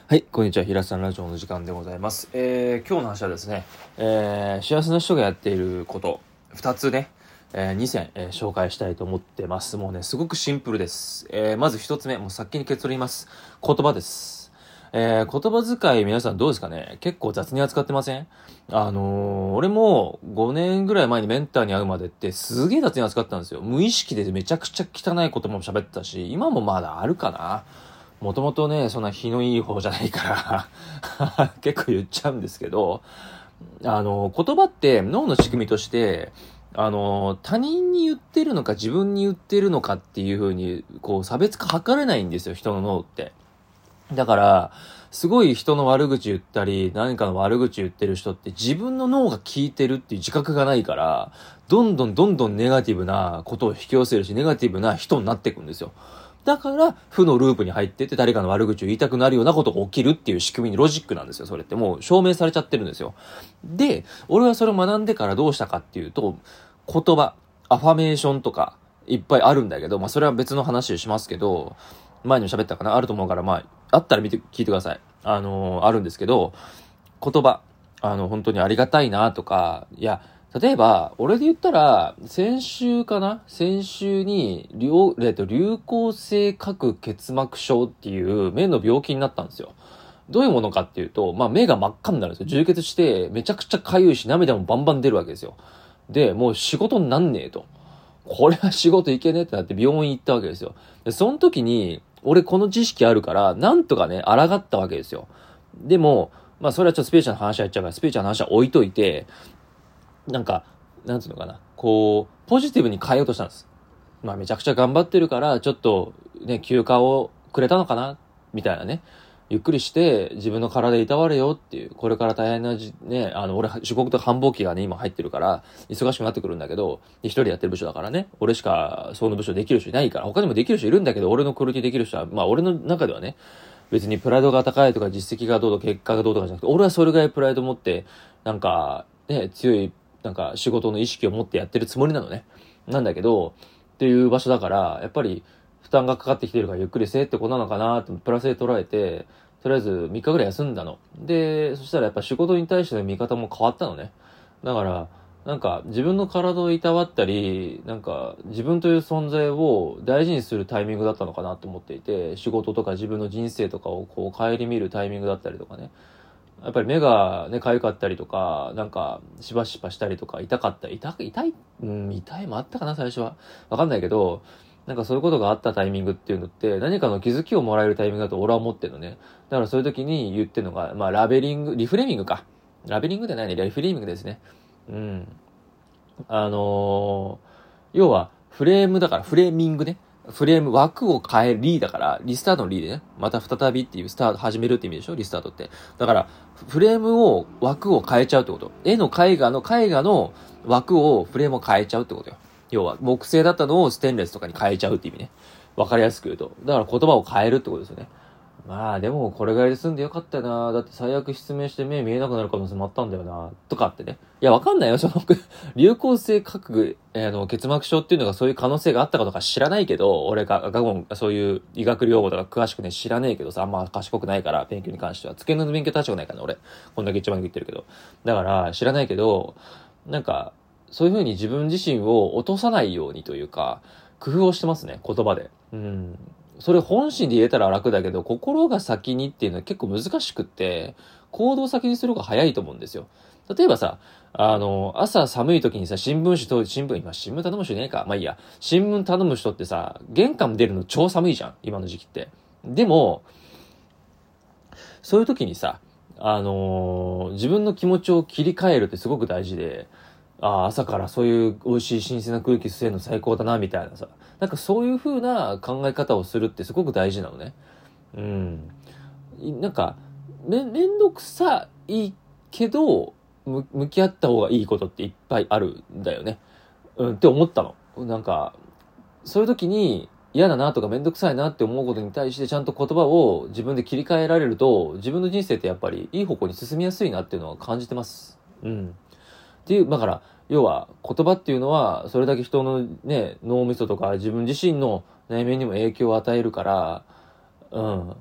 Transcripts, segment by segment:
はい、こんにちは。平さんラジオの時間でございます。今日の話はですね、幸せな人がやっていること、2つね、2選、紹介したいと思ってます。もうね、すごくシンプルです。まず1つ目、もう先に結論言います。言葉です。言葉遣い皆さんどうですかね。結構雑に扱ってません？俺も5年ぐらい前にメンターに会うまでってすげえ雑に扱ってたんですよ。無意識でめちゃくちゃ汚い言葉も喋ってたし、今もまだあるかな。もともとね、そんな日のいい方じゃないから結構言っちゃうんですけど、言葉って脳の仕組みとして、他人に言ってるのか自分に言ってるのかっていう風に、こう、差別化図れないんですよ、人の脳って。だから、すごい人の悪口言ったり、何かの悪口言ってる人って自分の脳が聞いてるっていう自覚がないから、どんどんネガティブなことを引き寄せるし、ネガティブな人になっていくんですよ。だから、負のループに入ってって誰かの悪口を言いたくなるようなことが起きるっていう仕組みにロジックなんですよ、それって。もう証明されちゃってるんですよ。で、俺はそれを学んでからどうしたかっていうと、言葉、アファメーションとか、いっぱいあるんだけど、まあそれは別の話をしますけど、前にも喋ったかなあると思うから、まあ、あったら聞いてください。あるんですけど、言葉、本当にありがたいなとか、いや、例えば、俺で言ったら、先週に流行性角結膜症っていう目の病気になったんですよ。どういうものかっていうと、まあ目が真っ赤になるんですよ。充血して、めちゃくちゃ痒いし、涙もバンバン出るわけですよ。で、もう仕事になんねえと。これは仕事行けねえってなって病院行ったわけですよ。で、その時に、俺この知識あるから、なんとかね、抗ったわけですよ。でも、まあそれはちょっとスピリチュアルな話は言っちゃうから、スピリチュアルな話は置いといて、なんか、なんつうのかな、こう、ポジティブに変えようとしたんです。まあめちゃくちゃ頑張ってるから、ちょっとね、休暇をくれたのかなみたいなね。ゆっくりして自分の体いたわれよっていう、これから大変なね、俺、仕事と繁忙期がね、今入ってるから、忙しくなってくるんだけど、一人でやってる部署だからね、俺しかその部署できる人いないから、他にもできる人いるんだけど、俺のクオリティできる人は、まあ俺の中ではね、別にプライドが高いとか実績がどうとか結果がどうとかじゃなくて、俺はそれぐらいプライド持って、なんか、ね、強い、なんか仕事の意識を持ってやってるつもりなのね。なんだけど、っていう場所だから、やっぱり負担がかかってきてるからゆっくりせえってことなのかなってプラスで捉えて、とりあえず3日ぐらい休んだの。で、そしたらやっぱ仕事に対しての見方も変わったのね。だから、なんか自分の体をいたわったり、なんか自分という存在を大事にするタイミングだったのかなと思っていて、仕事とか自分の人生とかをこう顧みるタイミングだったりとかね。やっぱり目がね、痒かったりとか、なんか、しばしばしたりとか、痛いもあったかな、最初は。わかんないけど、なんかそういうことがあったタイミングっていうのって、何かの気づきをもらえるタイミングだと俺は思ってるのね。だからそういう時に言ってるのが、まあ、リフレーミングか。ラベリングじゃないね、リフレーミングですね。うん。要は、フレームだから、フレーミングね。フレーム、枠を変える、リーだから、リスタートのリーでね。また再びっていう、スタート、始めるって意味でしょリスタートって。だから、フレームを、枠を変えちゃうってこと。絵画の枠を、フレームを変えちゃうってことよ。要は、木製だったのをステンレスとかに変えちゃうって意味ね。わかりやすく言うと。だから言葉を変えるってことですよね。まあでもこれぐらいで済んでよかったよな。だって最悪失明して目見えなくなる可能性もあったんだよな。とかってね。いやわかんないよ。流行性角、結膜症っていうのがそういう可能性があったかとか知らないけど、俺がそういう医学用語とか詳しくね知らねえけどさ、あんま賢くないから勉強に関しては。机の勉強確かないからね、俺。こんだけ一番言ってるけど。だから知らないけど、なんか、そういう風に自分自身を落とさないようにというか、工夫をしてますね、言葉で。うん。それ本心で言えたら楽だけど、心が先にっていうのは結構難しくって、行動先にする方が早いと思うんですよ。例えばさ、朝寒い時にさ、今新聞頼む人いないか。まあいいや。新聞頼む人ってさ、玄関出るの超寒いじゃん。今の時期って。でも、そういう時にさ、自分の気持ちを切り替えるってすごく大事で、朝からそういう美味しい新鮮な空気吸えるの最高だな、みたいなさ。なんかそういう風な考え方をするってすごく大事なのね。うん。なんか、めんどくさいけど、向き合った方がいいことっていっぱいあるんだよね。って思ったの。なんか、そういう時に嫌だなとかめんどくさいなって思うことに対してちゃんと言葉を自分で切り替えられると、自分の人生ってやっぱりいい方向に進みやすいなっていうのは感じてます。うん。っていう、だから、要は言葉っていうのはそれだけ人のね、脳みそとか自分自身の内面にも影響を与えるから、うん。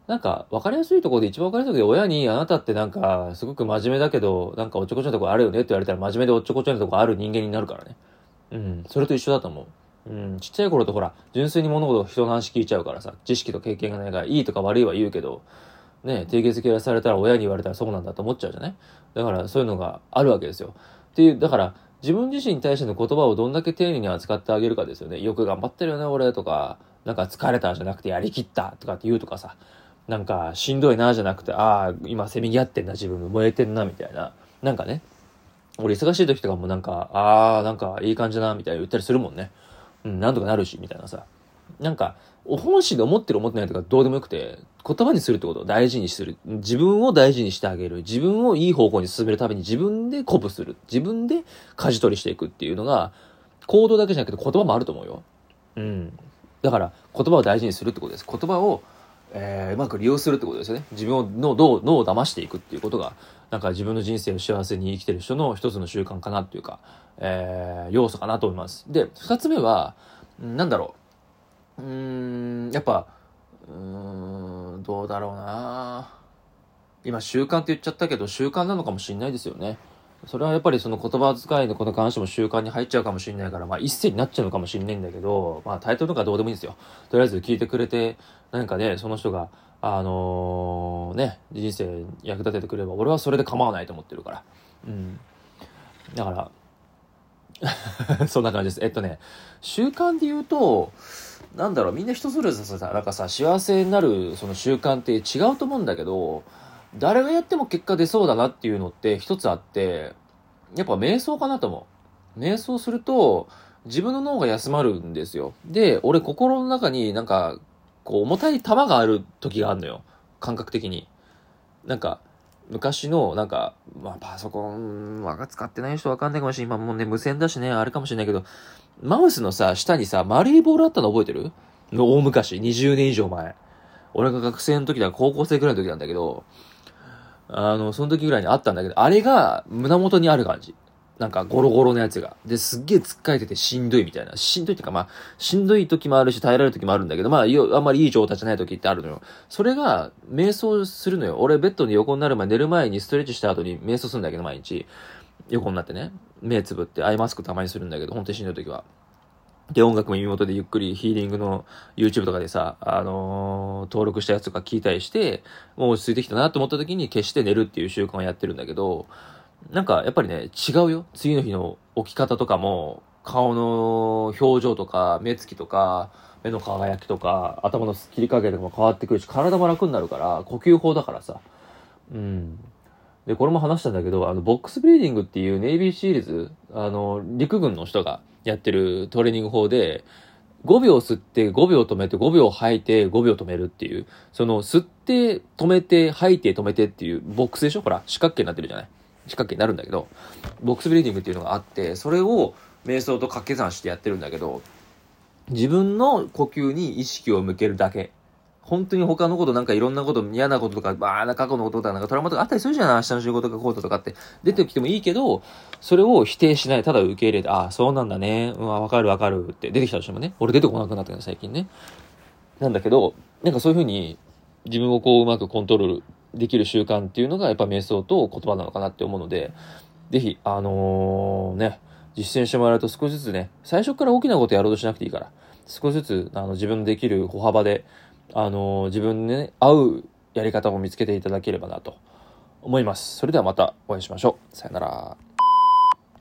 なんか、わかりやすいところで一番わかりやすいところで親に、あなたってなんか、すごく真面目だけど、なんかおっちょこちょいなとこあるよねって言われたら、真面目でおっちょこちょいなとこある人間になるからね。うん。それと一緒だと思う。うん。ちっちゃい頃とほら、純粋に物事を人の話聞いちゃうからさ、知識と経験がないから、いいとか悪いは言うけど、ね、定義づけされたら親に言われたらそうなんだと思っちゃうじゃない。だからそういうのがあるわけですよ。っていう、だから、自分自身に対しての言葉をどんだけ丁寧に扱ってあげるかですよね。よく頑張ってるよね、俺とか、なんか疲れたじゃなくてやりきったとかって言うとかさ、なんかしんどいなじゃなくて、ああ、今せめぎ合ってんな、自分燃えてんな、みたいな。なんかね、俺忙しい時とかもなんか、ああ、なんかいい感じだな、みたいな言ったりするもんね。うん、なんとかなるし、みたいなさ。なんか、本心で思ってる思ってないとかどうでもよくて、言葉にするってことを大事にする。自分を大事にしてあげる。自分をいい方向に進めるために自分で鼓舞する。自分で舵取りしていくっていうのが、行動だけじゃなくて言葉もあると思うよ。うん。だから、言葉を大事にするってことです。言葉を、うまく利用するってことですよね。自分の脳を騙していくっていうことが、なんか自分の人生を幸せに生きてる人の一つの習慣かなっていうか、要素かなと思います。で、二つ目は、なんだろう。やっぱ、どうだろうな。今習慣って言っちゃったけど、習慣なのかもしれないですよね。それはやっぱりその言葉遣いのこの関しても習慣に入っちゃうかもしれないから、まあ一斉になっちゃうのかもしれないんだけど、まあタイトルとかどうでもいいんですよ。とりあえず聞いてくれて、何かね、その人が、人生に役立ててくれれば、俺はそれで構わないと思ってるから。うん。だから、そんな感じです。習慣で言うと、なんだろう、みんな人それぞれさ、なんかさ、幸せになるその習慣って違うと思うんだけど、誰がやっても結果出そうだなっていうのって一つあって、やっぱ瞑想かなと思う。瞑想すると、自分の脳が休まるんですよ。で、俺心の中になんか、こう重たい玉がある時があるのよ。感覚的に。なんか、昔の、なんか、まあ、パソコンは使ってない人わかんないかもしれない。今もうね、無線だしね、あれかもしれないけど、マウスのさ、下にさ、丸いボールあったの覚えてるの大昔、20年以上前。俺が学生の時だ、高校生くらいの時なんだけど、その時ぐらいにあったんだけど、あれが胸元にある感じ。なんかゴロゴロのやつが。で、すっげえつっかえててしんどいみたいな。しんどいっていうかまあ、しんどい時もあるし耐えられる時もあるんだけど、まあ、あんまりいい状態じゃない時ってあるのよ。それが、瞑想するのよ。俺ベッドに横になる前、寝る前にストレッチした後に瞑想するんだけど、毎日。横になってね。目つぶって、アイマスクたまにするんだけど、本当にしんどい時は。で、音楽も耳元でゆっくりヒーリングの YouTube とかでさ、登録したやつとか聞いたりして、もう落ち着いてきたなと思った時に消して寝るっていう習慣をやってるんだけど、なんかやっぱりね、違うよ。次の日の起き方とかも、顔の表情とか、目つきとか、目の輝きとか、頭の切り加減とかも変わってくるし、体も楽になるから、呼吸法だからさ。うん。で、これも話したんだけど、ボックスブリーディングっていうネイビーシールズ、陸軍の人がやってるトレーニング法で、5秒吸って5秒止めて5秒吐いて5秒止めるっていう、その吸って止めて吐いて止めてっていうボックスでしょ。ほら、四角形になってるじゃない。四角形になるんだけど、ボックスブリーディングっていうのがあって、それを瞑想と掛け算してやってるんだけど、自分の呼吸に意識を向けるだけ。本当に他のことなんかいろんなこと、嫌なこととか、過去のこととかなんかトラウマとかあったりするじゃない。明日の仕事とかコートとかって出てきてもいいけど、それを否定しない。ただ受け入れて、ああ、そうなんだね。わかるわかるって出てきたとしてもね。俺出てこなくなったけど最近ね。なんだけど、なんかそういうふうに自分をこううまくコントロールできる習慣っていうのがやっぱ瞑想と言葉なのかなって思うので、ぜひ、実践してもらうと少しずつね、最初から大きなことやろうとしなくていいから、少しずつ、自分のできる歩幅で、自分にね、合うやり方を見つけていただければなと思います。それではまたお会いしましょう。さよなら。